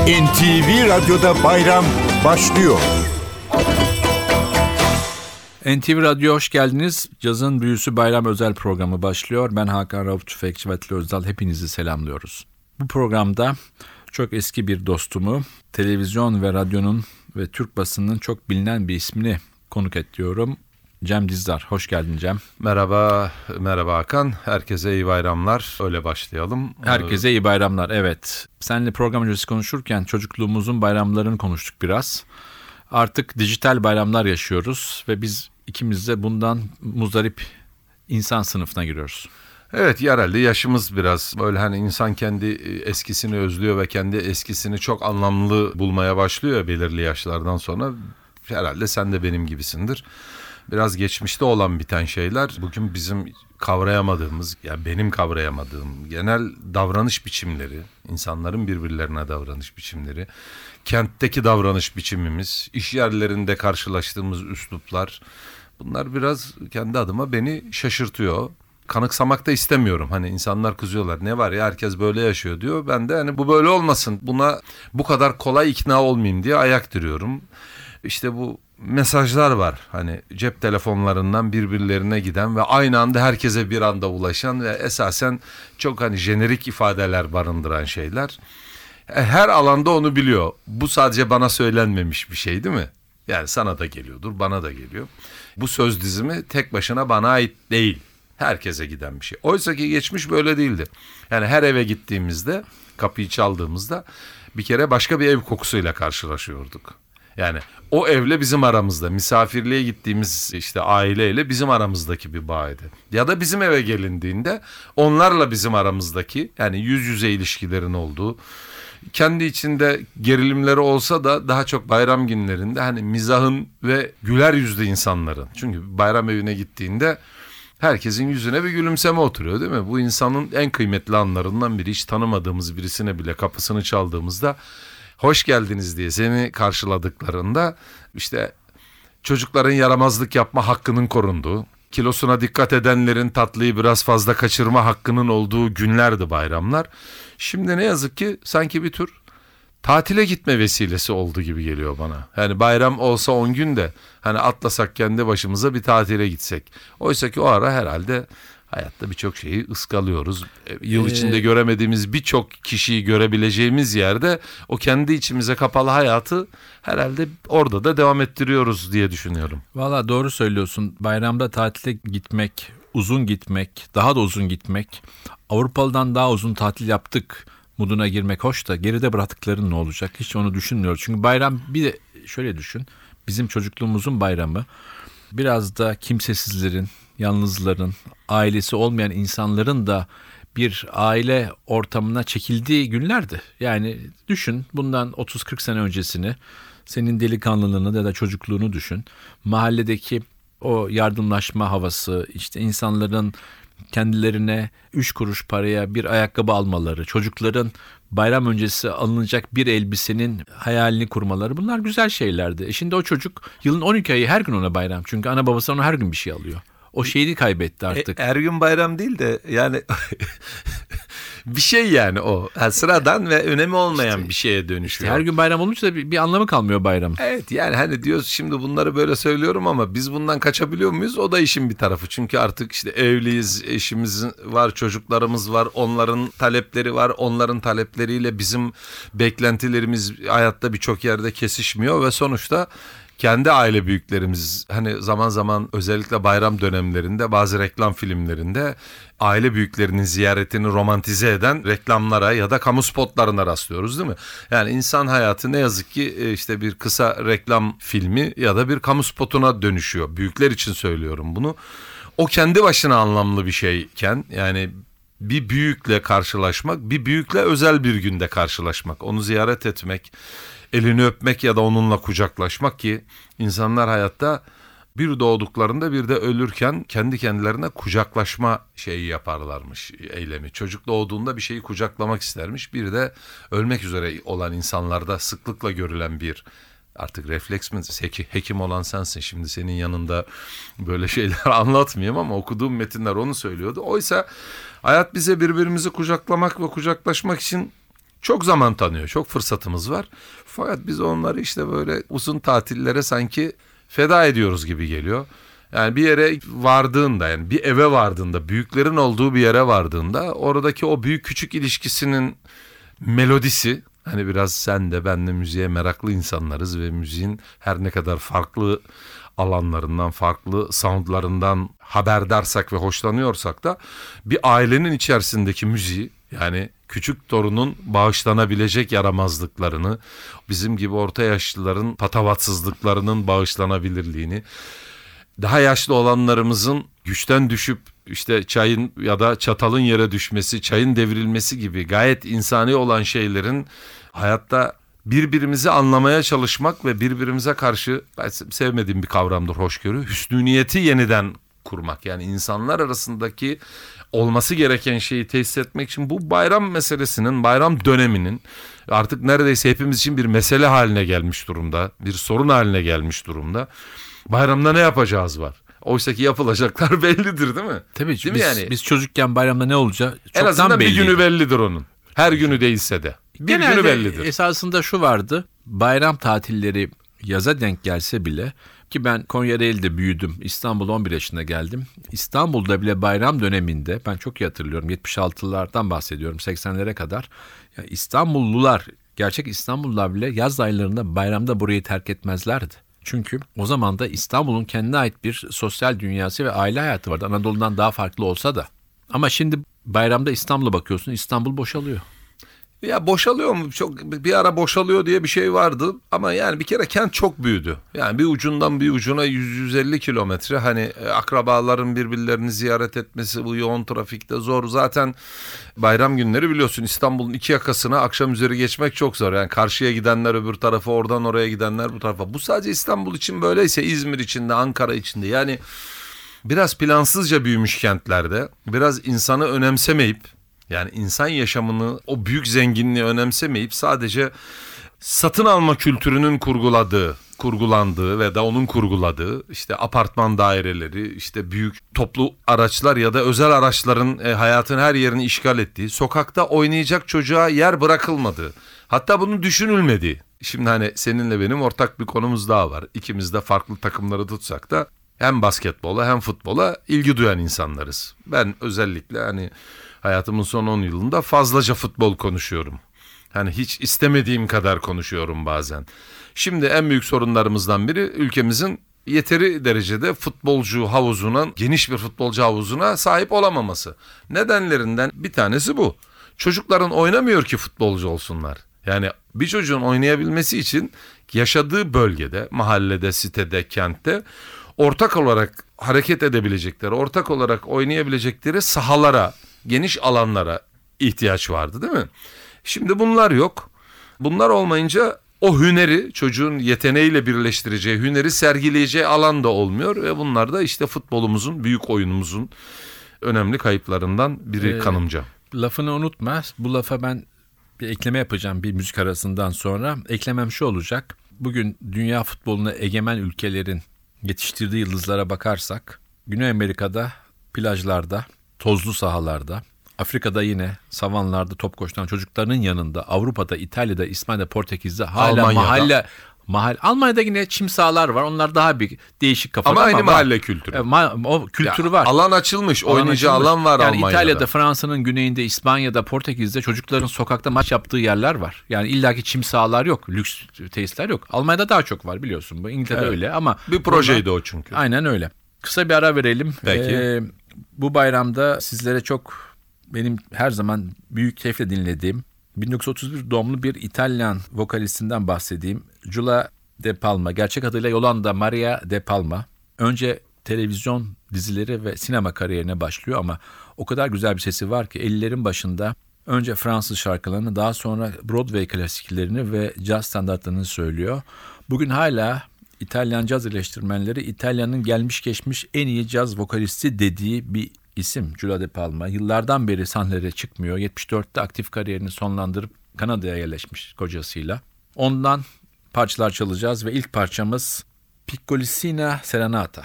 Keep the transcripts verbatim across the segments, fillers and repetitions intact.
N T V Radyo'da bayram başlıyor. N T V Radyo hoş geldiniz. Cazın Büyüsü Bayram özel programı başlıyor. Ben Hakan Rauf Tüfekçi ve Atilla Özdal, hepinizi selamlıyoruz. Bu programda çok eski bir dostumu, televizyon ve radyonun ve Türk basınının çok bilinen bir ismini konuk ediyorum. Cem Dizdar. Hoş geldin Cem. Merhaba, merhaba Hakan. Herkese iyi bayramlar. Öyle başlayalım. Herkese iyi bayramlar, evet. Seninle program öncesi konuşurken çocukluğumuzun bayramlarını konuştuk biraz. Artık dijital bayramlar yaşıyoruz ve biz ikimiz de bundan muzdarip insan sınıfına giriyoruz. Evet, herhalde yaşımız biraz böyle, hani insan kendi eskisini özlüyor ve kendi eskisini çok anlamlı bulmaya başlıyor ya belirli yaşlardan sonra. Herhalde sen de benim gibisindir. Biraz geçmişte olan biten şeyler bugün bizim kavrayamadığımız, yani benim kavrayamadığım genel davranış biçimleri, insanların birbirlerine davranış biçimleri, kentteki davranış biçimimiz, iş yerlerinde karşılaştığımız üsluplar, bunlar biraz kendi adıma beni şaşırtıyor. Kanıksamak da istemiyorum. Hani insanlar kızıyorlar. Ne var ya, herkes böyle yaşıyor diyor. Ben de hani bu böyle olmasın, buna bu kadar kolay ikna olmayayım diye ayak diriyorum. İşte bu mesajlar var. Hani cep telefonlarından birbirlerine giden ve aynı anda herkese bir anda ulaşan ve esasen çok hani jenerik ifadeler barındıran şeyler. Her alanda onu biliyor. Bu sadece bana söylenmemiş bir şey değil mi? Yani sana da geliyordur, bana da geliyor. Bu söz dizimi tek başına bana ait değil. Herkese giden bir şey. Oysa ki geçmiş böyle değildi. Yani her eve gittiğimizde, kapıyı çaldığımızda bir kere başka bir ev kokusuyla karşılaşıyorduk. Yani o evle bizim aramızda, misafirliğe gittiğimiz işte aileyle bizim aramızdaki bir bağıydı. Ya da bizim eve gelindiğinde onlarla bizim aramızdaki, yani yüz yüze ilişkilerin olduğu, kendi içinde gerilimleri olsa da daha çok bayram günlerinde hani mizahın ve güler yüzlü insanların. Çünkü bayram evine gittiğinde herkesin yüzüne bir gülümseme oturuyor değil mi? Bu insanın en kıymetli anlarından biri. Hiç tanımadığımız birisine bile kapısını çaldığımızda hoş geldiniz diye seni karşıladıklarında işte çocukların yaramazlık yapma hakkının korunduğu, kilosuna dikkat edenlerin tatlıyı biraz fazla kaçırma hakkının olduğu günlerdi bayramlar. Şimdi ne yazık ki sanki bir tür tatile gitme vesilesi oldu gibi geliyor bana. Yani bayram olsa on gün de hani atlasak kendi başımıza bir tatile gitsek. Oysa ki o ara herhalde hayatta birçok şeyi ıskalıyoruz. Yıl içinde ee, göremediğimiz birçok kişiyi görebileceğimiz yerde o kendi içimize kapalı hayatı herhalde orada da devam ettiriyoruz diye düşünüyorum. Valla doğru söylüyorsun. Bayramda tatile gitmek, uzun gitmek, daha da uzun gitmek, Avrupalı'dan daha uzun tatil yaptık moduna girmek hoş da geride bıraktıkların ne olacak? Hiç onu düşünmüyoruz. Çünkü bayram, bir de şöyle düşün. Bizim çocukluğumuzun bayramı biraz da kimsesizlerin, yalnızların, ailesi olmayan insanların da bir aile ortamına çekildiği günlerdi. Yani düşün, bundan otuz kırk sene öncesini, senin delikanlılığını ya da çocukluğunu düşün. Mahalledeki o yardımlaşma havası, işte insanların kendilerine üç kuruş paraya bir ayakkabı almaları, çocukların bayram öncesi alınacak bir elbisenin hayalini kurmaları, bunlar güzel şeylerdi. E şimdi o çocuk yılın on iki ayı her gün ona bayram. Çünkü ana babası ona her gün bir şey alıyor. O şeyini kaybetti artık. E, her gün bayram değil de yani bir şey yani o. Yani sıradan ve önemi olmayan işte bir şeye dönüşüyor. İşte her gün bayram olunca da bir, bir anlamı kalmıyor bayram. Evet, yani hani diyoruz şimdi bunları böyle söylüyorum ama biz bundan kaçabiliyor muyuz? O da işin bir tarafı. Çünkü artık işte evliyiz, eşimiz var, çocuklarımız var, onların talepleri var. Onların talepleriyle bizim beklentilerimiz hayatta birçok yerde kesişmiyor ve sonuçta kendi aile büyüklerimiz hani zaman zaman özellikle bayram dönemlerinde bazı reklam filmlerinde aile büyüklerinin ziyaretini romantize eden reklamlara ya da kamu spotlarına rastlıyoruz değil mi? Yani insan hayatı ne yazık ki işte bir kısa reklam filmi ya da bir kamu spotuna dönüşüyor. Büyükler için söylüyorum bunu. O kendi başına anlamlı bir şeyken, yani bir büyükle karşılaşmak, bir büyükle özel bir günde karşılaşmak, onu ziyaret etmek, elini öpmek ya da onunla kucaklaşmak ki insanlar hayatta bir doğduklarında bir de ölürken kendi kendilerine kucaklaşma şeyi yaparlarmış, eylemi. Çocuk doğduğunda bir şeyi kucaklamak istermiş. Bir de ölmek üzere olan insanlarda sıklıkla görülen bir, artık refleks mi? Hekim olan sensin, şimdi senin yanında böyle şeyler anlatmayayım ama okuduğum metinler onu söylüyordu. Oysa hayat bize birbirimizi kucaklamak ve kucaklaşmak için çok zaman tanıyor, çok fırsatımız var. Fakat biz onları işte böyle uzun tatillere sanki feda ediyoruz gibi geliyor. Yani bir yere vardığında, yani bir eve vardığında, büyüklerin olduğu bir yere vardığında oradaki o büyük küçük ilişkisinin melodisi, hani biraz sen de ben de müziğe meraklı insanlarız ve müziğin her ne kadar farklı alanlarından, farklı soundlarından haberdarsak ve hoşlanıyorsak da bir ailenin içerisindeki müziği, yani küçük torunun bağışlanabilecek yaramazlıklarını, bizim gibi orta yaşlıların patavatsızlıklarının bağışlanabilirliğini, daha yaşlı olanlarımızın güçten düşüp işte çayın ya da çatalın yere düşmesi, çayın devrilmesi gibi gayet insani olan şeylerin hayatta birbirimizi anlamaya çalışmak ve birbirimize karşı, ben sevmediğim bir kavramdır hoşgörü, hüsnü niyeti yeniden kurmak. Yani insanlar arasındaki olması gereken şeyi tesis etmek için bu bayram meselesinin, bayram döneminin artık neredeyse hepimiz için bir mesele haline gelmiş durumda. Bir sorun haline gelmiş durumda. Bayramda ne yapacağız var. Oysa ki yapılacaklar bellidir değil mi? Tabii değil biz, mi yani? biz çocukken bayramda ne olacağı çoktan En azından belliydi. bir günü bellidir onun. Her günü değilse de. Bir Genelde günü bellidir. esasında şu vardı. Bayram tatilleri yaza denk gelse bile, ki ben Konyaaltı'da büyüdüm. İstanbul on bir yaşında geldim. İstanbul'da bile bayram döneminde, ben çok iyi hatırlıyorum, yetmiş altılardan bahsediyorum, seksenlere kadar. Ya İstanbullular, gerçek İstanbullular bile yaz aylarında bayramda burayı terk etmezlerdi. Çünkü o zaman da İstanbul'un kendine ait bir sosyal dünyası ve aile hayatı vardı. Anadolu'dan daha farklı olsa da. Ama şimdi bayramda İstanbul'a bakıyorsun, İstanbul boşalıyor. Ya boşalıyor mu? Çok bir ara boşalıyor diye bir şey vardı ama yani bir kere kent çok büyüdü. Yani bir ucundan bir ucuna yüz yüz elli kilometre, hani e, akrabaların birbirlerini ziyaret etmesi bu yoğun trafikte zor. Zaten bayram günleri biliyorsun İstanbul'un iki yakasına akşam üzeri geçmek çok zor. Yani karşıya gidenler öbür tarafa, oradan oraya gidenler bu tarafa. Bu sadece İstanbul için böyleyse İzmir için de, Ankara için de, yani biraz plansızca büyümüş kentlerde, biraz insanı önemsemeyip, yani insan yaşamını, o büyük zenginliği önemsemeyip sadece satın alma kültürünün kurguladığı, kurgulandığı ve da onun kurguladığı işte apartman daireleri, işte büyük toplu araçlar ya da özel araçların e, hayatın her yerini işgal ettiği, sokakta oynayacak çocuğa yer bırakılmadığı, hatta bunun düşünülmediği. Şimdi hani seninle benim ortak bir konumuz daha var. İkimiz de farklı takımları tutsak da hem basketbola hem futbola ilgi duyan insanlarız. Ben özellikle hani hayatımın son on yılında fazlaca futbol konuşuyorum. Hani hiç istemediğim kadar konuşuyorum bazen. Şimdi en büyük sorunlarımızdan biri ülkemizin yeteri derecede futbolcu havuzuna, geniş bir futbolcu havuzuna sahip olamaması. Nedenlerinden bir tanesi bu. Çocukların oynamıyor ki futbolcu olsunlar. Yani bir çocuğun oynayabilmesi için yaşadığı bölgede, mahallede, sitede, kentte ortak olarak hareket edebilecekleri, ortak olarak oynayabilecekleri sahalara, geniş alanlara ihtiyaç vardı değil mi? Şimdi bunlar yok. Bunlar olmayınca o hüneri, çocuğun yeteneğiyle birleştireceği, hüneri sergileyeceği alan da olmuyor ve bunlar da işte futbolumuzun, büyük oyunumuzun önemli kayıplarından biri Ee, kanımca. Lafını unutma. Bu lafa ben bir ekleme yapacağım bir müzik arasından sonra. Eklemem şu olacak. Bugün dünya futboluna egemen ülkelerin yetiştirdiği yıldızlara bakarsak, Güney Amerika'da plajlarda, tozlu sahalarda, Afrika'da yine savanlarda top koşturan çocuklarının yanında, Avrupa'da, İtalya'da, İspanya'da, Portekiz'de hala Almanya'da. mahalle mahalle Almanya'da yine çim sahalar var. Onlar daha bir değişik kafada Ama ama, aynı var. mahalle kültürü. E, ma- o kültürü Ya, var. alan açılmış, Alan oynayacağı açılmış. alan var yani Almanya'da. İtalya'da, Fransa'nın güneyinde, İspanya'da, Portekiz'de çocukların sokakta maç yaptığı yerler var. Yani illaki çim sahalar yok, lüks tesisler yok. Almanya'da daha çok var biliyorsun. Bu İngiltere'de Evet. öyle ama Bir projeydi burada- o çünkü. Aynen öyle. Kısa bir ara verelim. Peki. Ee, bu bayramda sizlere çok, benim her zaman büyük keyifle dinlediğim bin dokuz yüz otuz bir doğumlu bir İtalyan vokalistinden bahsedeyim. Giulia De Palma, gerçek adıyla Yolanda Maria De Palma. Önce televizyon dizileri ve sinema kariyerine başlıyor ama o kadar güzel bir sesi var ki ellilerin başında önce Fransız şarkılarını, daha sonra Broadway klasiklerini ve caz standartlarını söylüyor. Bugün hala İtalyan caz eleştirmenleri İtalya'nın gelmiş geçmiş en iyi caz vokalisti dediği bir isim Giulia De Palma. Yıllardan beri sahnelere çıkmıyor. yetmiş dörtte aktif kariyerini sonlandırıp Kanada'ya yerleşmiş kocasıyla. Ondan parçalar çalacağız ve ilk parçamız Piccolissima Serenata.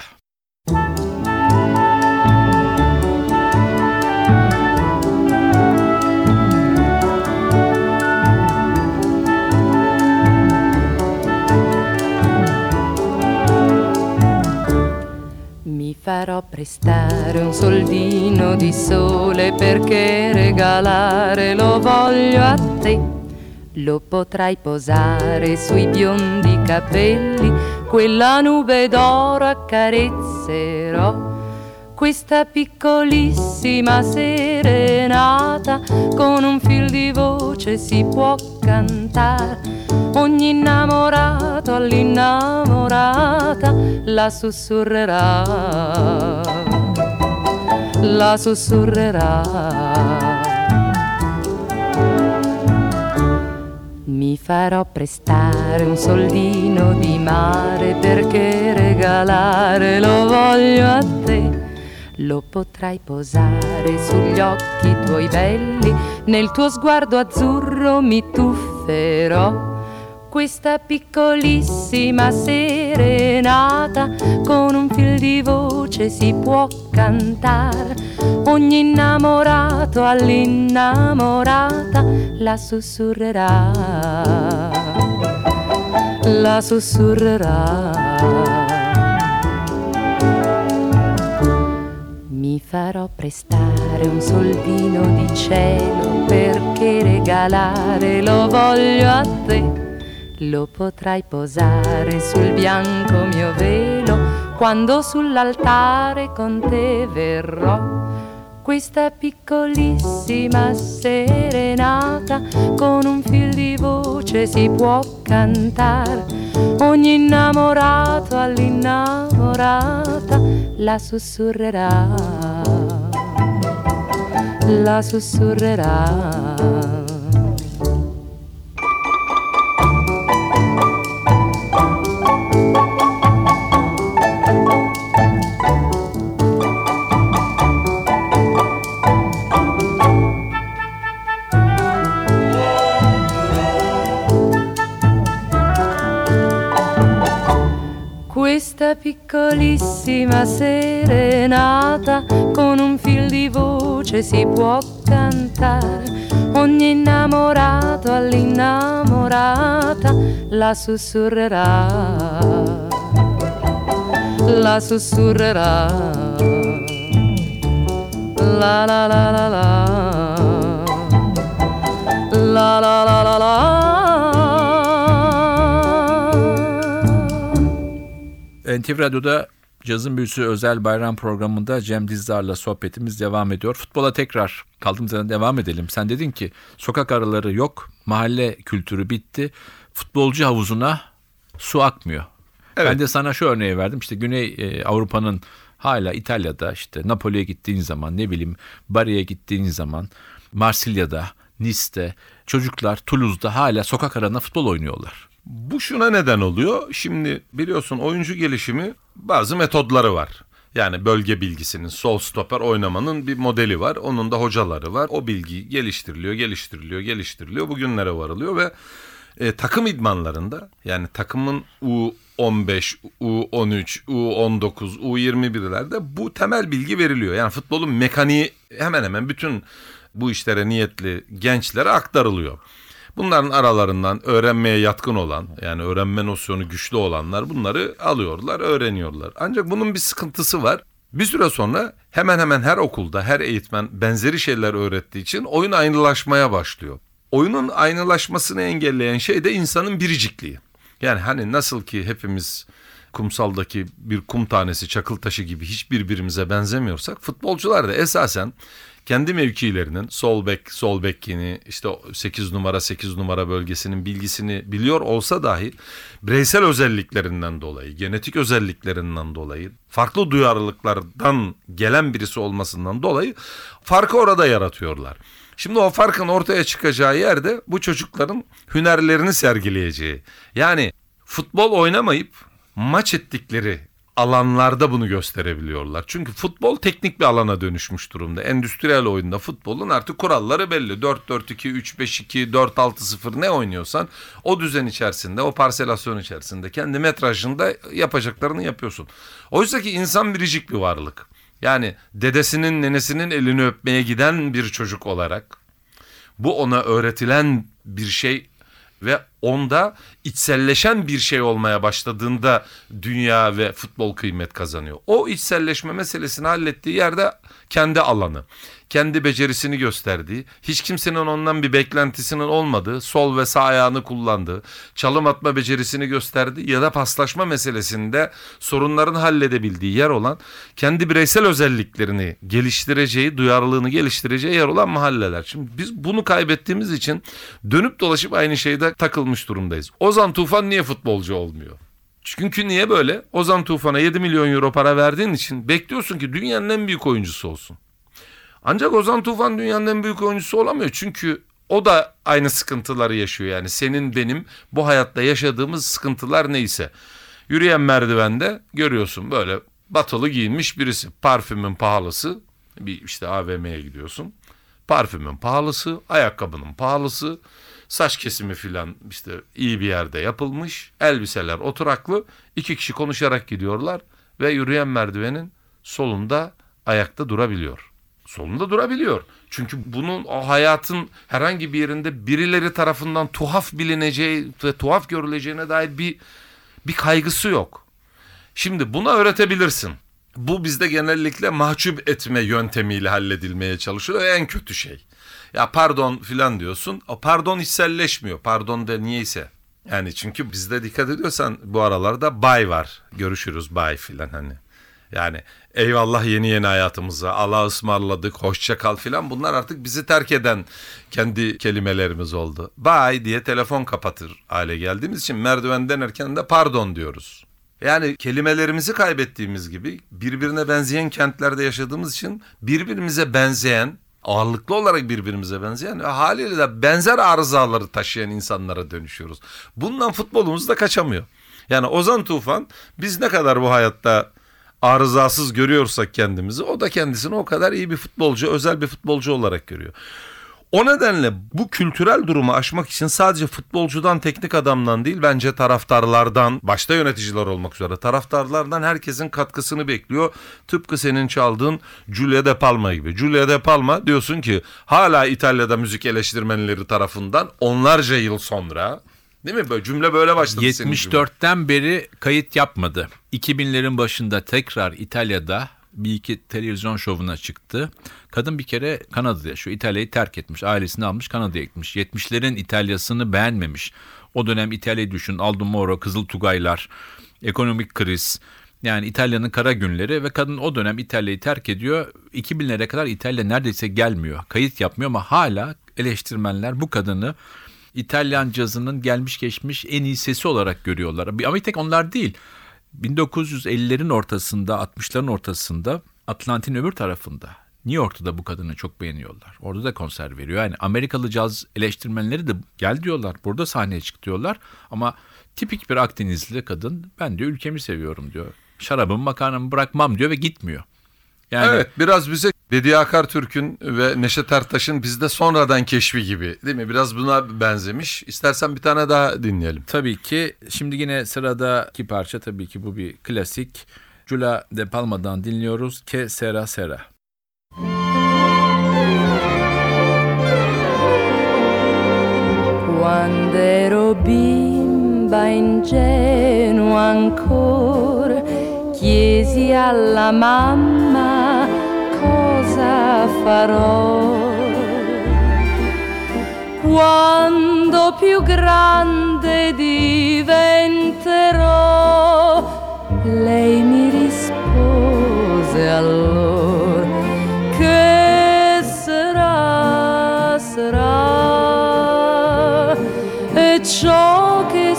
prestare un soldino di sole perché regalare lo voglio a te. Lo potrai posare sui biondi capelli, quella nube d'oro accarezzerò. Questa piccolissima serenata con un fil di voce si può cantare. Ogni innamorato all'innamorata la sussurrerà, la sussurrerà. Mi farò prestare un soldino di mare perché regalare lo voglio a te. Lo potrai posare sugli occhi tuoi belli, nel tuo sguardo azzurro mi tufferò. Questa piccolissima serenata con un fil di voce si può cantare. Ogni innamorato all'innamorata la sussurrerà, la sussurrerà. Mi farò prestare un soldino di cielo perché regalare lo voglio a te. Lo potrai posare sul bianco mio velo quando sull'altare con te verrò. Questa piccolissima serenata con un fil di voce si può cantare. Ogni innamorato all'innamorata la sussurrerà, la sussurrerà. Questa piccolissima serenata con un fil di voce si può cantare. Ogni innamorato all'innamorata la sussurrerà, la sussurrerà. La la la la la, la la la la la. N T V Radyo'da Cazın Büyüsü özel bayram programında Cem Dizdar'la sohbetimiz devam ediyor. Futbola tekrar kaldığımız yerden devam edelim. Sen dedin ki sokak araları yok, mahalle kültürü bitti, futbolcu havuzuna su akmıyor. Evet. Ben de sana şu örneği verdim. İşte Güney e, Avrupa'nın hala İtalya'da işte Napoli'ye gittiğin zaman, ne bileyim Bari'ye gittiğin zaman, Marsilya'da, Nice'te çocuklar Toulouse'da hala sokak aralarında futbol oynuyorlar. Bu şuna neden oluyor. Şimdi biliyorsun oyuncu gelişimi bazı metodları var. Yani bölge bilgisinin, sol stoper oynamanın bir modeli var. Onun da hocaları var. O bilgi geliştiriliyor, geliştiriliyor, geliştiriliyor. Bugünlere varılıyor ve e, takım idmanlarında yani takımın U on beş, U on üç, U on dokuz, U yirmi birlerde bu temel bilgi veriliyor. Yani futbolun mekaniği hemen hemen bütün bu işlere niyetli gençlere aktarılıyor. Bunların aralarından öğrenmeye yatkın olan, yani öğrenme nosyonu güçlü olanlar bunları alıyorlar, öğreniyorlar. Ancak bunun bir sıkıntısı var. Bir süre sonra hemen hemen her okulda, her eğitmen benzeri şeyler öğrettiği için oyun aynılaşmaya başlıyor. Oyunun aynılaşmasını engelleyen şey de insanın biricikliği. Yani hani nasıl ki hepimiz kumsaldaki bir kum tanesi, çakıl taşı gibi hiç birbirimize benzemiyorsak, futbolcular da esasen kendi mevkilerinin sol bek, sol bekini, işte sekiz numara, sekiz numara bölgesinin bilgisini biliyor olsa dahi bireysel özelliklerinden dolayı, genetik özelliklerinden dolayı, farklı duyarlılıklardan gelen birisi olmasından dolayı farkı orada yaratıyorlar. Şimdi o farkın ortaya çıkacağı yerde bu çocukların hünerlerini sergileyeceği. Yani futbol oynamayıp maç ettikleri alanlarda bunu gösterebiliyorlar. Çünkü futbol teknik bir alana dönüşmüş durumda. Endüstriyel oyunda futbolun artık kuralları belli. dört dört iki, üç beş iki, dört altı sıfır ne oynuyorsan o düzen içerisinde, o parselasyon içerisinde kendi metrajında yapacaklarını yapıyorsun. Oysa ki insan biricik bir varlık. Yani dedesinin, nenesinin elini öpmeye giden bir çocuk olarak bu ona öğretilen bir şey ve onda içselleşen bir şey olmaya başladığında dünya ve futbol kıymet kazanıyor. O içselleşme meselesini hallettiği yerde kendi alanı, kendi becerisini gösterdiği, hiç kimsenin ondan bir beklentisinin olmadığı, sol ve sağ ayağını kullandığı, çalım atma becerisini gösterdiği ya da paslaşma meselesinde sorunlarını halledebildiği yer olan, kendi bireysel özelliklerini geliştireceği, duyarlılığını geliştireceği yer olan mahalleler. Şimdi biz bunu kaybettiğimiz için dönüp dolaşıp aynı şeyde takılmış durumdayız. Ozan Tufan niye futbolcu olmuyor? Çünkü niye böyle? Ozan Tufan'a yedi milyon euro para verdiğin için bekliyorsun ki dünyanın en büyük oyuncusu olsun. Ancak Ozan Tufan dünyanın en büyük oyuncusu olamıyor. Çünkü o da aynı sıkıntıları yaşıyor. Yani senin benim bu hayatta yaşadığımız sıkıntılar neyse. Yürüyen merdivende görüyorsun böyle batılı giyinmiş birisi. Parfümün pahalısı. Bir işte A V M'ye gidiyorsun. Parfümün pahalısı, ayakkabının pahalısı, saç kesimi filan işte iyi bir yerde yapılmış. Elbiseler oturaklı. İki kişi konuşarak gidiyorlar ve yürüyen merdivenin solunda ayakta durabiliyor. Solunda durabiliyor. Çünkü bunun o hayatın herhangi bir yerinde birileri tarafından tuhaf bilineceği ve tuhaf görüleceğine dair bir bir kaygısı yok. Şimdi buna öğretebilirsin. Bu bizde genellikle mahcup etme yöntemiyle halledilmeye çalışıyor. En kötü şey. Ya pardon filan diyorsun. O pardon içselleşmiyor. Pardon da niyeyse. Yani çünkü bizde dikkat ediyorsan bu aralarda bye var. Görüşürüz bye filan hani. Yani eyvallah yeni yeni hayatımıza, Allah'a ısmarladık, hoşça kal filan, bunlar artık bizi terk eden kendi kelimelerimiz oldu. Bye diye telefon kapatır hale geldiğimiz için merdiven denerken de pardon diyoruz. Yani kelimelerimizi kaybettiğimiz gibi birbirine benzeyen kentlerde yaşadığımız için birbirimize benzeyen, ağırlıklı olarak birbirimize benzeyen ve haliyle de benzer arızaları taşıyan insanlara dönüşüyoruz. Bundan futbolumuz da kaçamıyor. Yani Ozan Tufan biz ne kadar bu hayatta arızasız görüyorsak kendimizi, o da kendisini o kadar iyi bir futbolcu, özel bir futbolcu olarak görüyor. O nedenle bu kültürel durumu aşmak için sadece futbolcudan, teknik adamdan değil, bence taraftarlardan, başta yöneticiler olmak üzere taraftarlardan herkesin katkısını bekliyor. Tıpkı senin çaldığın Giulio De Palma gibi. Giulio De Palma diyorsun ki hala İtalya'da müzik eleştirmenleri tarafından onlarca yıl sonra, değil mi? Böyle cümle böyle başladı. yetmiş dörtten beri kayıt yapmadı. iki binlerin başında tekrar İtalya'da bir iki televizyon şovuna çıktı. Kadın bir kere Kanada'da yaşıyor. İtalya'yı terk etmiş. Ailesini almış, Kanada'ya gitmiş. yetmişlerin İtalya'sını beğenmemiş. O dönem İtalya'yı düşün. Aldo Moro, Kızıl Tugaylar, ekonomik kriz. Yani İtalya'nın kara günleri ve kadın o dönem İtalya'yı terk ediyor. iki binlere kadar İtalya neredeyse gelmiyor. Kayıt yapmıyor ama hala eleştirmenler bu kadını İtalyan cazının gelmiş geçmiş en iyi sesi olarak görüyorlar. Ama bir tek onlar değil. bin dokuz yüz ellilerin ortasında, altmışların ortasında Atlantik'in öbür tarafında New York'ta da bu kadını çok beğeniyorlar. Orada da konser veriyor. Yani Amerikalı caz eleştirmenleri de gel diyorlar. Burada sahneye çık diyorlar. Ama tipik bir Akdenizli kadın, ben diyor ülkemi seviyorum diyor. Şarabımı makarnamı bırakmam diyor ve gitmiyor. Yani, evet, biraz bize Bediye Akartürk'ün ve Neşet Ertaş'ın bizde sonradan keşfi gibi, değil mi? Biraz buna benzemiş. İstersen bir tane daha dinleyelim. Tabii ki. Şimdi yine sıradaki parça, tabii ki bu bir klasik. Giulio De Palma'dan dinliyoruz. Que sera sera. Quando ero bimba ingenua ancora, chiesi alla mamma cosa farò. Quando più grande diventerò, lei mi rispose allora, che sarà, sarà, e ciò che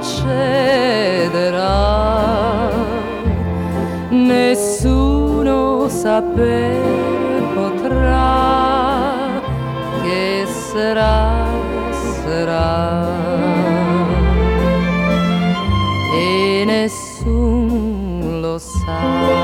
succederà nessuno saper potrà, che sarà, sarà, e nessuno lo sa.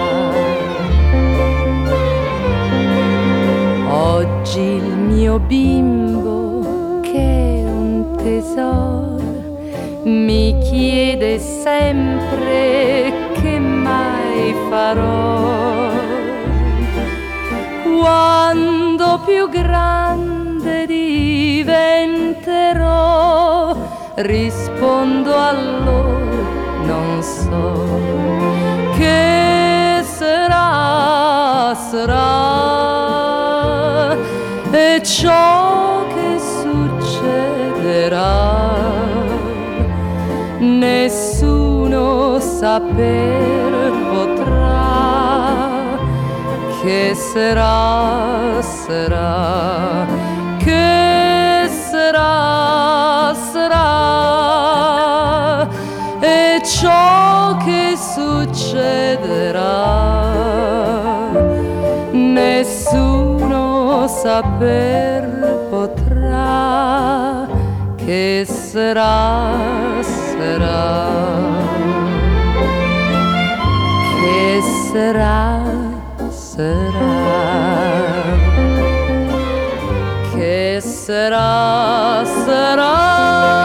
Oggi il mio bimbo, che è un tesoro, mi chiede sempre che mai farò. Quando più grande diventerò, rispondo a loro, non so che sarà, sarà, e ciò che succederà nessuno saper potrà, che sarà, sarà, che sarà, sarà, e ciò che succederà nessuno saper potrà, che sarà, sarà, che sarà, sarà, che sarà, sarà.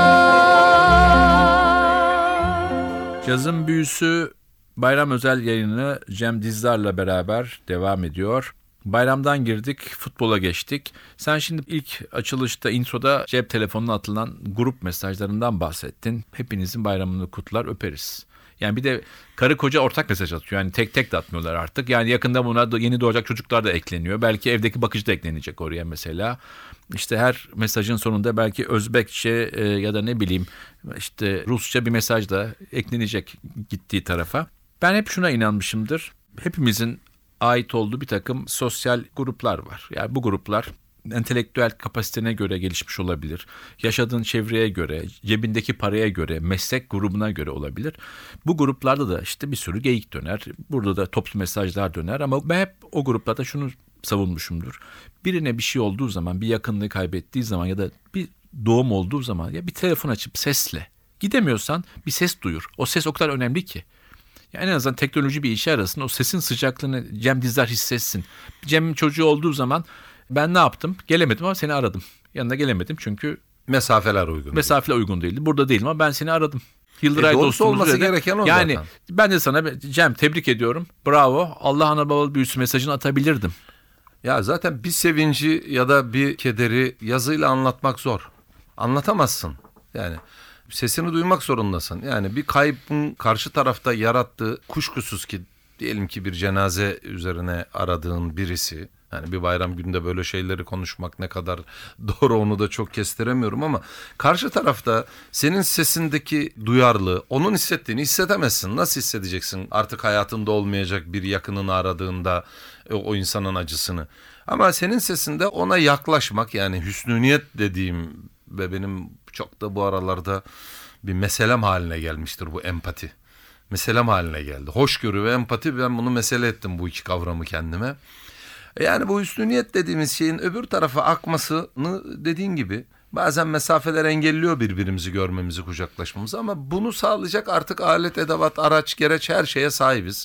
Cazın Büyüsü bayram özel yayını Cem Dizdar'la beraber devam ediyor. Bayramdan girdik, futbola geçtik. Sen şimdi ilk açılışta, introda cep telefonuna atılan grup mesajlarından bahsettin. Hepinizin bayramını kutlar, öperiz. Yani bir de karı koca ortak mesaj atıyor. Yani tek tek de atmıyorlar artık. Yani yakında buna yeni doğacak çocuklar da ekleniyor. Belki evdeki bakıcı da eklenecek oraya mesela. İşte her mesajın sonunda belki Özbekçe e, ya da ne bileyim işte Rusça bir mesaj da eklenecek gittiği tarafa. Ben hep şuna inanmışımdır. Hepimizin ait olduğu bir takım sosyal gruplar var. Yani bu gruplar entelektüel kapasitene göre gelişmiş olabilir. Yaşadığın çevreye göre, cebindeki paraya göre, meslek grubuna göre olabilir. Bu gruplarda da işte bir sürü geyik döner. Burada da toplu mesajlar döner ama ben hep o gruplarda şunu savunmuşumdur. Birine bir şey olduğu zaman, bir yakınlığı kaybettiği zaman ya da bir doğum olduğu zaman ya bir telefon açıp sesle. Gidemiyorsan bir ses duyur. O ses o kadar önemli ki. Yani en azından teknoloji bir işe arasın. O sesin sıcaklığını Cem Dizdar hissetsin. Cem'in çocuğu olduğu zaman ben ne yaptım? Gelemedim ama seni aradım. Yanına gelemedim çünkü Mesafeler uygun. mesafeler uygun değildi. Burada değilim ama ben seni aradım. Yıldıray E doğrusu dostumuz olması dedi. gereken o yani zaten. ben de sana Cem tebrik ediyorum. Bravo. Allah ana babalı büyüsü mesajını atabilirdim. Ya zaten bir sevinci ya da bir kederi yazıyla anlatmak zor. Anlatamazsın. Yani sesini duymak zorundasın. Yani bir kaybın karşı tarafta yarattığı, kuşkusuz ki diyelim ki bir cenaze üzerine aradığın birisi, yani bir bayram gününde böyle şeyleri konuşmak ne kadar doğru onu da çok kestiremiyorum ama karşı tarafta senin sesindeki duyarlılığı, onun hissettiğini hissedemezsin. Nasıl hissedeceksin artık hayatında olmayacak bir yakınını aradığında o, o insanın acısını? Ama senin sesinde ona yaklaşmak, yani hüsnü niyet dediğim ve benim çok da bu aralarda bir meselem haline gelmiştir bu empati. Meselem haline geldi. Hoşgörü ve empati, ben bunu mesele ettim bu iki kavramı kendime. Yani bu hüsnü niyet dediğimiz şeyin öbür tarafa akmasını dediğin gibi bazen mesafeler engelliyor birbirimizi görmemizi, kucaklaşmamızı ama bunu sağlayacak artık alet, edevat, araç, gereç her şeye sahibiz.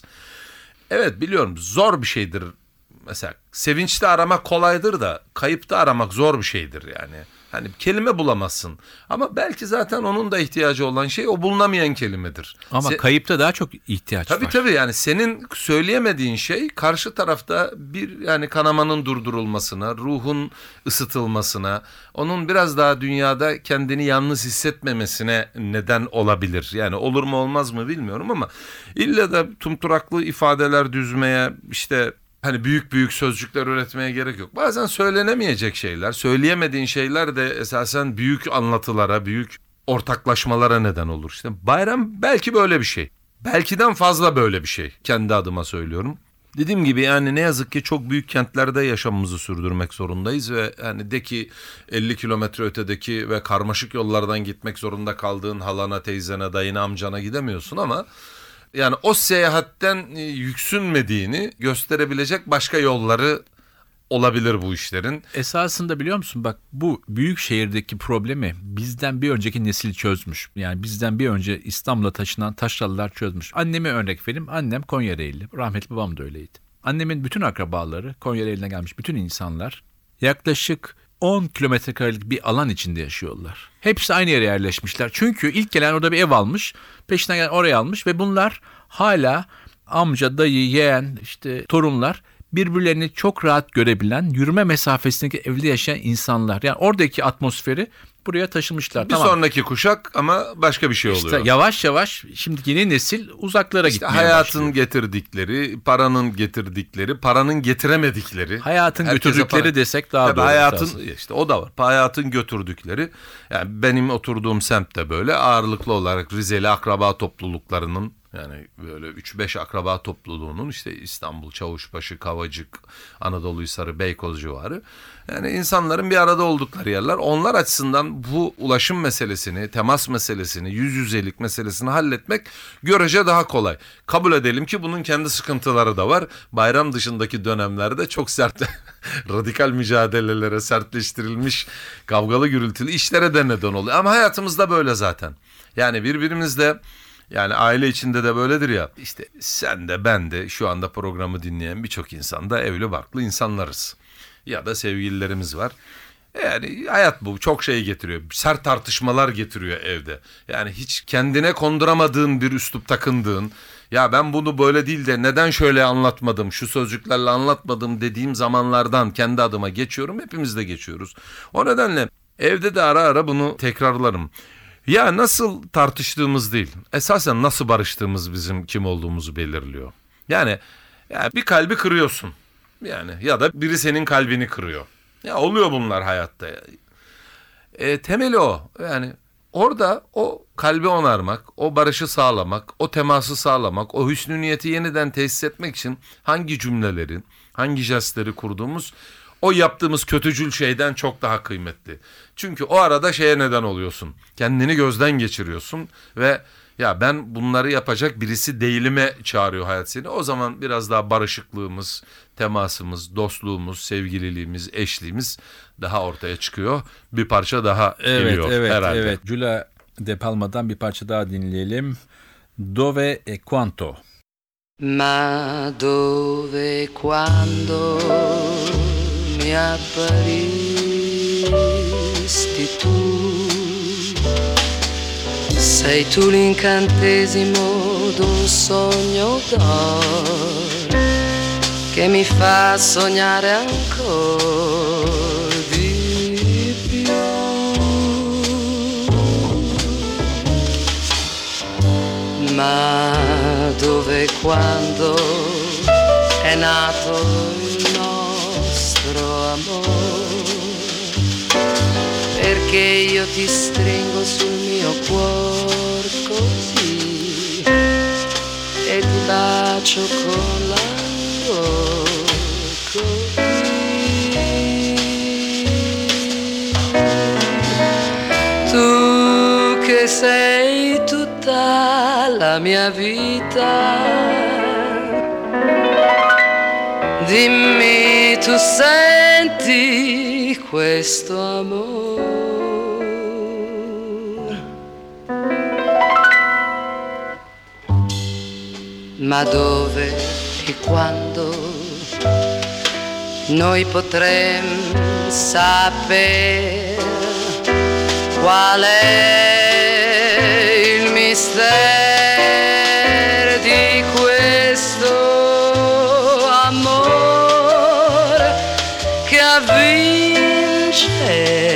Evet biliyorum zor bir şeydir. Mesela sevinçte aramak kolaydır da kayıpta aramak zor bir şeydir yani. Hani kelime bulamazsın. Ama belki zaten onun da ihtiyacı olan şey o bulunamayan kelimedir. Ama Se- kayıpta daha çok ihtiyaç Tabii var. tabii yani senin söyleyemediğin şey karşı tarafta bir yani kanamanın durdurulmasına, ruhun ısıtılmasına, onun biraz daha dünyada kendini yalnız hissetmemesine neden olabilir. Yani olur mu olmaz mı bilmiyorum ama illa da tumturaklı ifadeler düzmeye, işte hani büyük büyük sözcükler üretmeye gerek yok. Bazen söylenemeyecek şeyler, söyleyemediğin şeyler de esasen büyük anlatılara, büyük ortaklaşmalara neden olur. İşte bayram belki böyle bir şey. Belkiden fazla böyle bir şey. Kendi adıma söylüyorum. Dediğim gibi yani ne yazık ki çok büyük kentlerde yaşamımızı sürdürmek zorundayız ve hani de ki elli kilometre ötedeki ve karmaşık yollardan gitmek zorunda kaldığın halana, teyzene, dayına, amcana gidemiyorsun ama yani o seyahatten yüksünmediğini gösterebilecek başka yolları olabilir bu işlerin. Esasında biliyor musun bak bu büyük şehirdeki problemi bizden bir önceki nesil çözmüş. Yani bizden bir önce İstanbul'a taşınan Taşralılar çözmüş. Anneme örnek vereyim. Annem Konyaaltıylı. Rahmetli babam da öyleydi. Annemin bütün akrabaları Konyaaltı'na gelmiş bütün insanlar yaklaşık on kilometre karelik bir alan içinde yaşıyorlar. Hepsi aynı yere yerleşmişler. Çünkü ilk gelen orada bir ev almış. Peşinden gelen oraya almış ve bunlar hala amca, dayı, yeğen, işte torunlar birbirlerini çok rahat görebilen, yürüme mesafesindeki evde yaşayan insanlar. Yani oradaki atmosferi buraya taşımışlar. Bir tamam. sonraki kuşak ama başka bir şey oluyor. İşte yavaş yavaş şimdi yeni nesil uzaklara İşte gitmeye hayatın başlıyor. getirdikleri, paranın getirdikleri, paranın getiremedikleri. Hayatın Herkese götürdükleri para- desek daha Tabii doğru. hayatın esasında. işte o da var. Hayatın götürdükleri. Yani benim oturduğum semtte böyle ağırlıklı olarak Rizeli akraba topluluklarının, yani böyle üç beş akraba topluluğunun, işte İstanbul, Çavuşbaşı, Kavacık, Anadolu Hisarı, Beykoz civarı. Yani insanların bir arada oldukları yerler. Onlar açısından bu ulaşım meselesini, temas meselesini, yüz yüzelik meselesini halletmek görece daha kolay. Kabul edelim ki bunun kendi sıkıntıları da var. Bayram dışındaki dönemlerde çok sert, radikal mücadelelere, sertleştirilmiş, kavgalı gürültülü işlere de neden oluyor. Ama hayatımızda böyle zaten. Yani birbirimizle, yani aile içinde de böyledir ya, işte sen de ben de şu anda programı dinleyen birçok insan da evli barklı insanlarız. Ya da sevgililerimiz var. Yani hayat bu, çok şey getiriyor. Sert tartışmalar getiriyor evde. Yani hiç kendine konduramadığın bir üslup takındığın, ya ben bunu böyle değil de neden şöyle anlatmadım, şu sözcüklerle anlatmadım dediğim zamanlardan kendi adıma geçiyorum. Hepimiz de geçiyoruz. O nedenle evde de ara ara bunu tekrarlarım. Ya nasıl tartıştığımız değil, esasen nasıl barıştığımız bizim kim olduğumuzu belirliyor. Yani ya bir kalbi kırıyorsun. Yani ya da biri senin kalbini kırıyor. Ya oluyor bunlar hayatta. E, temeli o. Yani orada o kalbi onarmak, o barışı sağlamak, o teması sağlamak, o hüsnü niyeti yeniden tesis etmek için hangi cümleleri, hangi jestleri kurduğumuz, o yaptığımız kötücül şeyden çok daha kıymetli. Çünkü o arada şeye neden oluyorsun. Kendini gözden geçiriyorsun ve ya ben bunları yapacak birisi değilime çağırıyor hayat seni. O zaman biraz daha barışıklığımız, temasımız, dostluğumuz, sevgililiğimiz, eşliğimiz daha ortaya çıkıyor. Bir parça daha Evet, geliyor evet, herhalde. evet. Giulia De Palma'dan bir parça daha dinleyelim. Dove e quanto? Ma dove e quando mi apparisti tu, sei tu l'incantesimo d'un sogno d'oro che mi fa sognare ancora di più. Ma dove e quando è nato il nostro amore, perché io ti stringo sul mio cuore così e ti bacio con l'angolo così. Tu che sei tutta la mia vita, dimmi tu senti questo amore. Ma dove e quando noi potremmo sapere qual è il mistero di questo amore che avvince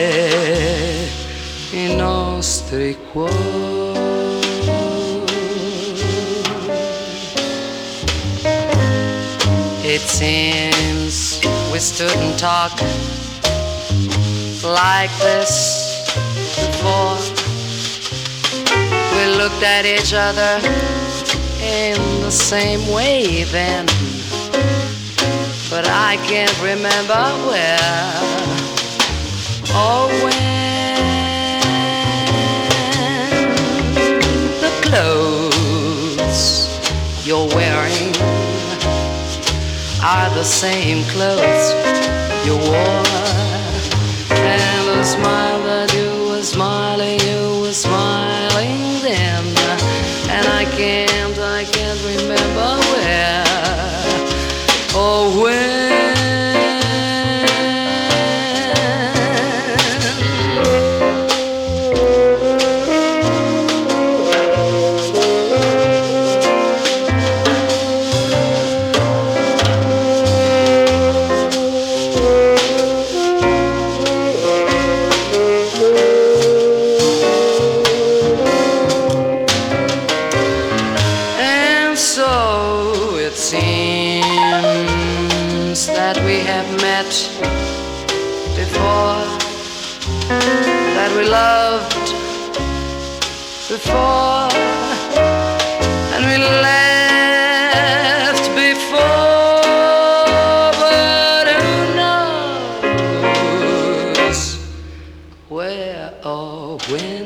i nostri cuori. It seems we stood and talked like this before. We looked at each other in the same way then, but I can't remember where or when. The clothes you're wearing are the same clothes you wore, and the smile that you were smiling, you were smiling then, and I can't, I can't remember where or when. that we loved before, and we left before, but who knows where or when.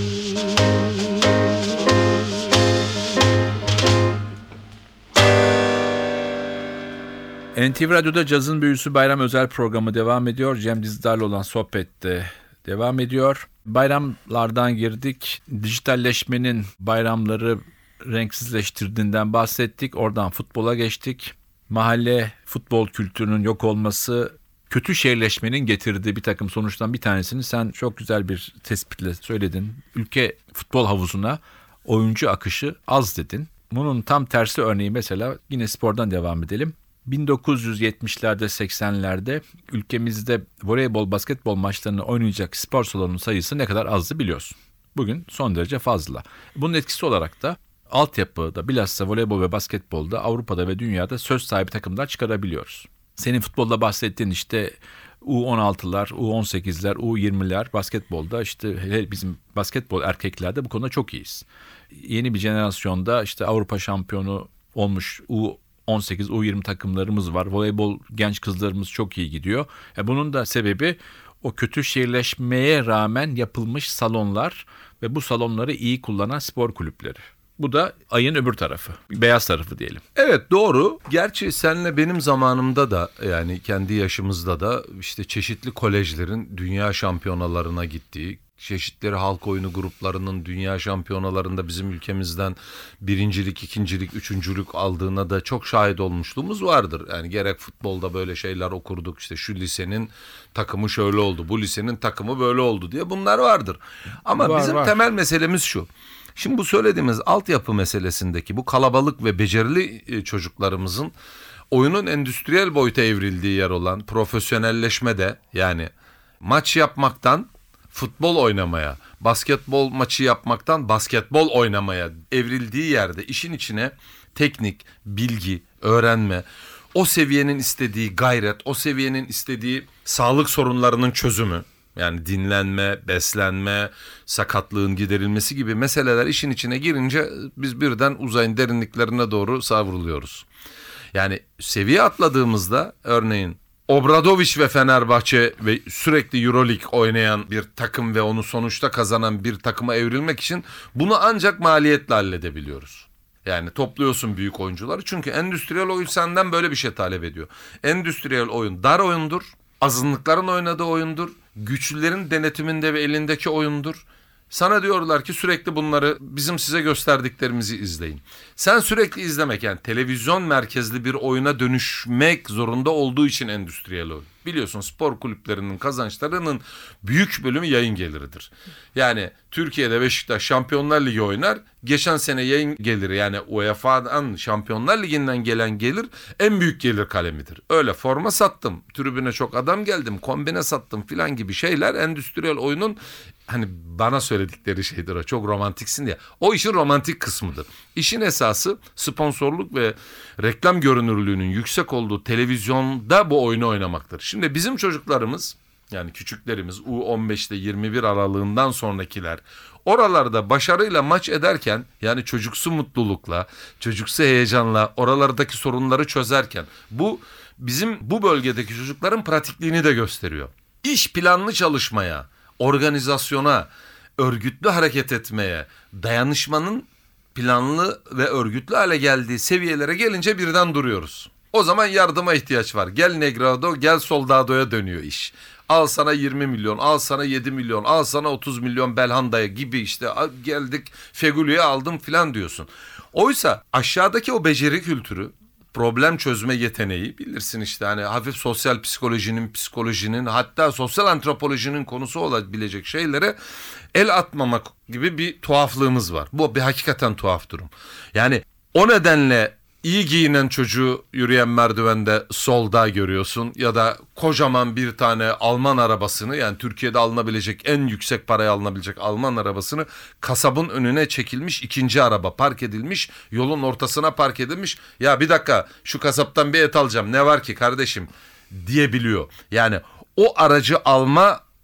N T V Radyo'da Cazın Büyüsü Bayram özel programı devam ediyor. Cem Dizdar'la olan sohbet de devam ediyor. Bayramlardan girdik. Dijitalleşmenin bayramları renksizleştirdiğinden bahsettik. Oradan futbola geçtik. Mahalle futbol kültürünün yok olması kötü şehirleşmenin getirdiği bir takım sonuçtan bir tanesini sen çok güzel bir tespitle söyledin. Ülke futbol havuzuna oyuncu akışı az dedin. Bunun tam tersi örneği mesela yine spordan devam edelim. bin dokuz yüz yetmişlerde seksenlerde ülkemizde voleybol, basketbol maçlarını oynayacak spor salonunun sayısı ne kadar azdı biliyorsun. Bugün son derece fazla. Bunun etkisi olarak da altyapıda bilhassa voleybol ve basketbolda Avrupa'da ve dünyada söz sahibi takımlar çıkarabiliyoruz. Senin futbolda bahsettiğin işte U on altılar, U on sekizler, U yirmiler basketbolda işte hele bizim basketbol erkeklerde bu konuda çok iyiyiz. Yeni bir jenerasyonda işte Avrupa şampiyonu olmuş U on sekiz U yirmi takımlarımız var. Voleybol genç kızlarımız çok iyi gidiyor. E bunun da sebebi o kötü şehirleşmeye rağmen yapılmış salonlar ve bu salonları iyi kullanan spor kulüpleri. Bu da ayın öbür tarafı, beyaz tarafı diyelim. Evet, doğru. Gerçi senle benim zamanımda da yani kendi yaşımızda da işte çeşitli kolejlerin dünya şampiyonalarına gittiği, çeşitleri halk oyunu gruplarının dünya şampiyonalarında bizim ülkemizden birincilik, ikincilik, üçüncülük aldığına da çok şahit olmuşluğumuz vardır. Yani gerek futbolda böyle şeyler okurduk, işte şu lisenin takımı şöyle oldu, bu lisenin takımı böyle oldu diye bunlar vardır. Ama Var, bizim var. temel meselemiz şu. Şimdi bu söylediğimiz altyapı meselesindeki bu kalabalık ve becerili çocuklarımızın oyunun endüstriyel boyuta evrildiği yer olan profesyonelleşmede, yani maç yapmaktan futbol oynamaya, basketbol maçı yapmaktan basketbol oynamaya evrildiği yerde işin içine teknik, bilgi, öğrenme, o seviyenin istediği gayret, o seviyenin istediği sağlık sorunlarının çözümü, yani dinlenme, beslenme, sakatlığın giderilmesi gibi meseleler işin içine girince biz birden uzayın derinliklerine doğru savruluyoruz. Yani seviye atladığımızda örneğin Obradoviç ve Fenerbahçe ve sürekli Euroleague oynayan bir takım ve onu sonuçta kazanan bir takıma evrilmek için bunu ancak maliyetle halledebiliyoruz. Yani topluyorsun büyük oyuncuları, çünkü endüstriyel oyun senden böyle bir şey talep ediyor. Endüstriyel oyun dar oyundur, azınlıkların oynadığı oyundur, güçlülerin denetiminde ve elindeki oyundur. Sana diyorlar ki sürekli bunları, bizim size gösterdiklerimizi izleyin. Sen sürekli izlemek, yani televizyon merkezli bir oyuna dönüşmek zorunda olduğu için endüstriyel oyun. Biliyorsun spor kulüplerinin kazançlarının büyük bölümü yayın geliridir. Yani Türkiye'de Beşiktaş Şampiyonlar Ligi oynar. Geçen sene yayın geliri, yani U E F A'dan Şampiyonlar Ligi'nden gelen gelir en büyük gelir kalemidir. Öyle forma sattım, tribüne çok adam geldim, kombine sattım filan gibi şeyler endüstriyel oyunun, hani bana söyledikleri şeydir o, çok romantiksin diye. O işin romantik kısmıdır. İşin esası sponsorluk ve reklam görünürlüğünün yüksek olduğu televizyonda bu oyunu oynamaktır. Şimdi bizim çocuklarımız, yani küçüklerimiz U on beşte yirmi bir aralığından sonrakiler oralarda başarıyla maç ederken, yani çocuksu mutlulukla, çocuksu heyecanla oralardaki sorunları çözerken, bu bizim bu bölgedeki çocukların pratikliğini de gösteriyor. İş planlı çalışmaya, organizasyona, örgütlü hareket etmeye, dayanışmanın planlı ve örgütlü hale geldiği seviyelere gelince birden duruyoruz. O zaman yardıma ihtiyaç var. Gel Negrado, gel Soldado'ya dönüyor iş. Al sana yirmi milyon, al sana yedi milyon, al sana otuz milyon Belhanda'ya gibi, işte geldik Fegüli'ye aldım filan diyorsun. Oysa aşağıdaki o beceri kültürü, problem çözme yeteneği, bilirsin işte hani hafif sosyal psikolojinin, psikolojinin, hatta sosyal antropolojinin konusu olabilecek şeylere el atmamak gibi bir tuhaflığımız var. Bu bir hakikaten tuhaf durum. Yani o nedenle iyi giyinen çocuğu yürüyen merdivende solda görüyorsun, ya da kocaman bir tane Alman arabasını, yani Türkiye'de alınabilecek en yüksek paraya alınabilecek Alman arabasını kasabın önüne çekilmiş ikinci araba park edilmiş, yolun ortasına park edilmiş. Ya bir dakika, şu kasaptan bir et alacağım, ne var ki kardeşim diyebiliyor. Yani o aracı alma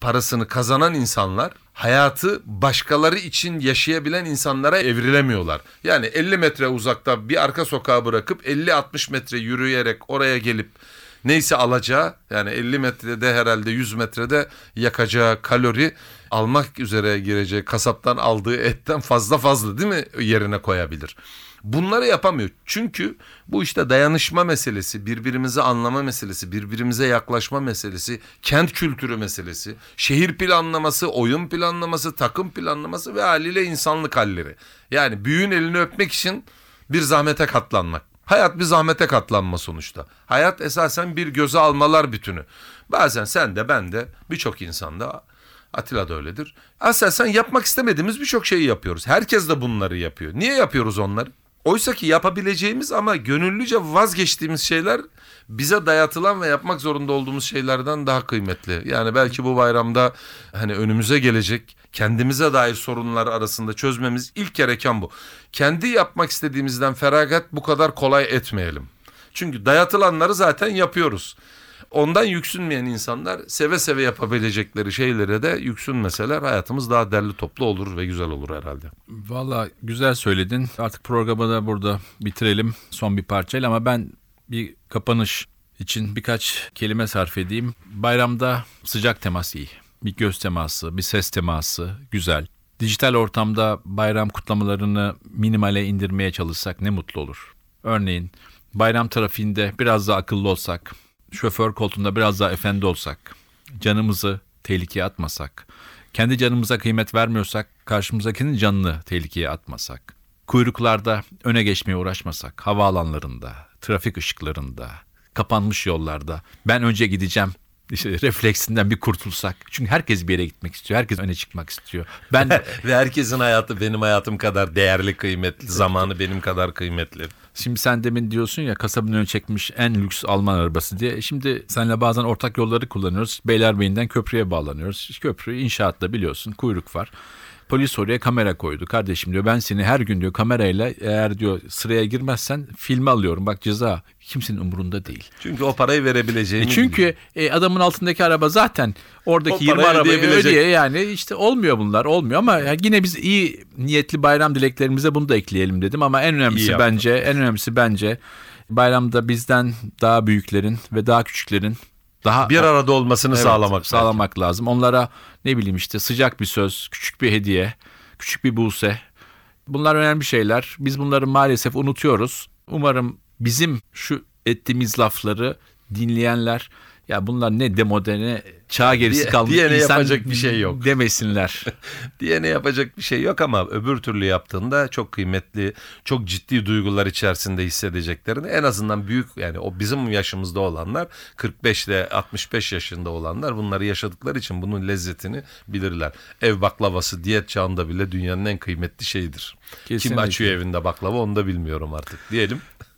parasını kazanan insanlar hayatı başkaları için yaşayabilen insanlara evrilemiyorlar. Yani elli metre uzakta bir arka sokağa bırakıp elli altmış metre yürüyerek oraya gelip neyse alacağı, yani elli metrede herhalde yüz metrede yakacağı kalori almak üzere gireceği kasaptan aldığı etten fazla fazla değil mi yerine koyabilir. Bunları yapamıyor. Çünkü bu işte dayanışma meselesi, birbirimizi anlama meselesi, birbirimize yaklaşma meselesi, kent kültürü meselesi, şehir planlaması, oyun planlaması, takım planlaması ve haliyle insanlık halleri. Yani büyüğün elini öpmek için bir zahmete katlanmak. Hayat bir zahmete katlanma sonuçta. Hayat esasen bir göze almalar bütünü. Bazen sen de ben de birçok insanda, Atilla da öyledir. Esasen yapmak istemediğimiz birçok şeyi yapıyoruz. Herkes de bunları yapıyor. Niye yapıyoruz onları? Oysa ki yapabileceğimiz ama gönüllüce vazgeçtiğimiz şeyler bize dayatılan ve yapmak zorunda olduğumuz şeylerden daha kıymetli. Yani belki bu bayramda hani önümüze gelecek kendimize dair sorunlar arasında çözmemiz ilk gereken bu. Kendi yapmak istediğimizden feragat bu kadar kolay etmeyelim. Çünkü dayatılanları zaten yapıyoruz. Ondan yüksünmeyen insanlar seve seve yapabilecekleri şeylere de yüksünmeseler hayatımız daha derli toplu olur ve güzel olur herhalde. Valla güzel söyledin. Artık programı da burada bitirelim son bir parçayla ama ben bir kapanış için birkaç kelime sarf edeyim. Bayramda sıcak temas iyi. Bir göz teması, bir ses teması güzel. Dijital ortamda bayram kutlamalarını minimale indirmeye çalışsak ne mutlu olur. Örneğin bayram trafiğinde biraz daha akıllı olsak, şoför koltuğunda biraz daha efendi olsak, canımızı tehlikeye atmasak, kendi canımıza kıymet vermiyorsak karşımızdakinin canını tehlikeye atmasak, kuyruklarda öne geçmeye uğraşmasak, havaalanlarında, trafik ışıklarında, kapanmış yollarda ben önce gideceğim İşte refleksinden bir kurtulsak. Çünkü herkes bir yere gitmek istiyor. Herkes öne çıkmak istiyor. Ben ve herkesin hayatı benim hayatım kadar değerli, kıymetli. Zamanı benim kadar kıymetli. Şimdi sen demin diyorsun ya kasabın önüne çekmiş en lüks Alman arabası diye. Şimdi seninle bazen ortak yolları kullanıyoruz. Beylerbeyi'nden köprüye bağlanıyoruz. Köprü inşaatta biliyorsun kuyruk var. Polis oraya kamera koydu. Kardeşim diyor ben seni her gün diyor kamerayla eğer diyor sıraya girmezsen filme alıyorum. Bak ceza kimsenin umurunda değil. Çünkü o parayı verebileceğini. E çünkü e, adamın altındaki araba zaten oradaki yirmi arabayı ödeye yani işte olmuyor bunlar olmuyor ama yani yine biz iyi niyetli bayram dileklerimize bunu da ekleyelim dedim ama en önemlisi bence en önemlisi bence bayramda bizden daha büyüklerin ve daha küçüklerin daha bir arada olmasını evet, sağlamak sağlamak belki. lazım. Onlara ne bileyim işte sıcak bir söz, küçük bir hediye, küçük bir buse. Bunlar önemli şeyler. Biz bunları maalesef unutuyoruz. Umarım bizim şu ettiğimiz lafları dinleyenler ya bunlar ne demodene çağ gerisi kalmış diyene insan yapacak bir şey yok demesinler. Diyene yapacak bir şey yok ama öbür türlü yaptığında çok kıymetli, çok ciddi duygular içerisinde hissedeceklerini en azından büyük yani o bizim yaşımızda olanlar kırk beş ile altmış beş yaşında olanlar bunları yaşadıkları için bunun lezzetini bilirler. Ev baklavası diyet çağında bile dünyanın en kıymetli şeyidir. Kesinlikle. Kim açıyor evinde baklava onu da bilmiyorum artık diyelim.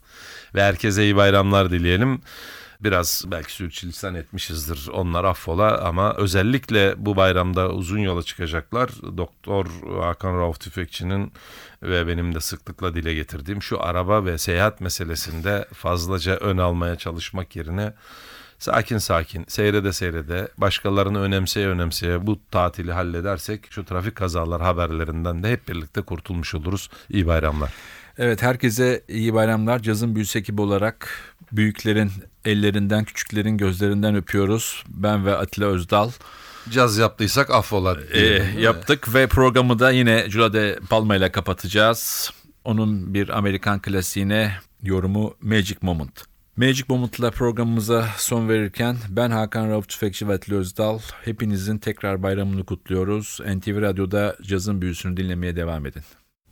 Ve herkese iyi bayramlar dileyelim. Biraz belki sürçülisan etmişizdir onlar affola ama özellikle bu bayramda uzun yola çıkacaklar. Doktor Hakan Rauf Tüfekçi'nin ve benim de sıklıkla dile getirdiğim şu araba ve seyahat meselesinde fazlaca ön almaya çalışmak yerine sakin sakin seyrede seyrede başkalarını önemseye önemseye bu tatili halledersek şu trafik kazalar haberlerinden de hep birlikte kurtulmuş oluruz. İyi bayramlar. Evet herkese iyi bayramlar. Cazın Büyüsü ekibi olarak büyüklerin ellerinden, küçüklerin gözlerinden öpüyoruz. Ben ve Atilla Özdal. Caz yaptıysak affola. E, yaptık ve programı da yine Jula de Palma ile kapatacağız. Onun bir Amerikan klasiğine yorumu Magic Moment. Magic Moment'la programımıza son verirken ben Hakan Rauf Tüfekçi ve Atilla Özdal. Hepinizin tekrar bayramını kutluyoruz. N T V Radyo'da Cazın Büyüsü'nü dinlemeye devam edin.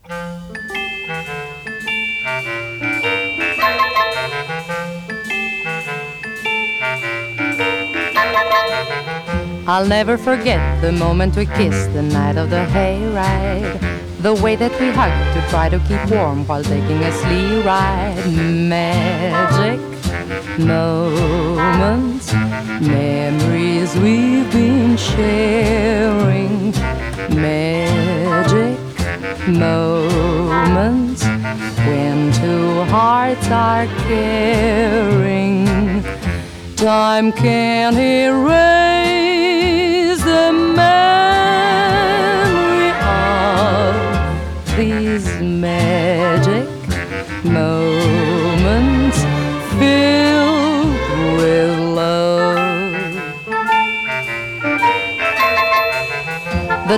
I'll never forget the moment we kissed the night of the hayride. The way that we hugged to try to keep warm while taking a sleigh ride. Magic moments, memories we've been sharing. Magic moments when two hearts are caring. Time can't erase the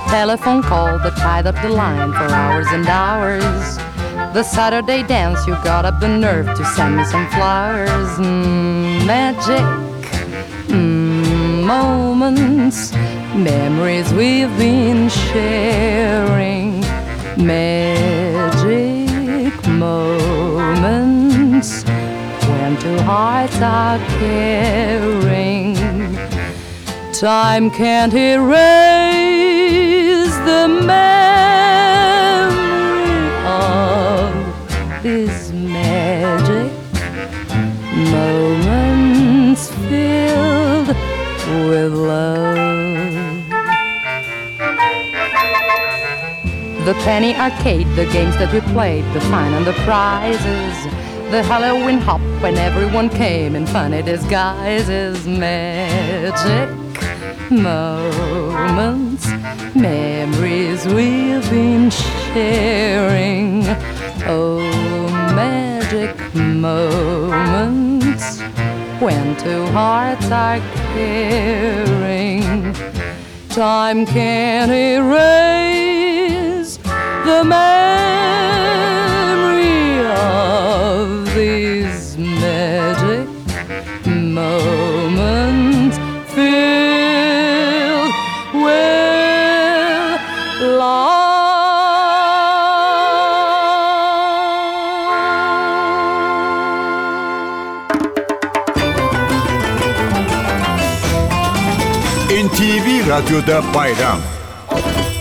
telephone call that tied up the line for hours and hours. The Saturday dance, you got up the nerve to send me some flowers. Mm, magic mm, moments, memories we've been sharing. Magic moments when two hearts are caring. Time can't erase the memory of these magic moments filled with love. The penny arcade, the games that we played, the fun and the prizes, the Halloween hop when everyone came in funny disguises. Magic moments, memories we've been sharing. Oh, magic moments when two hearts are caring. Time can't erase the memory of these magic moments filled with love. N T V Radyo'da bayram.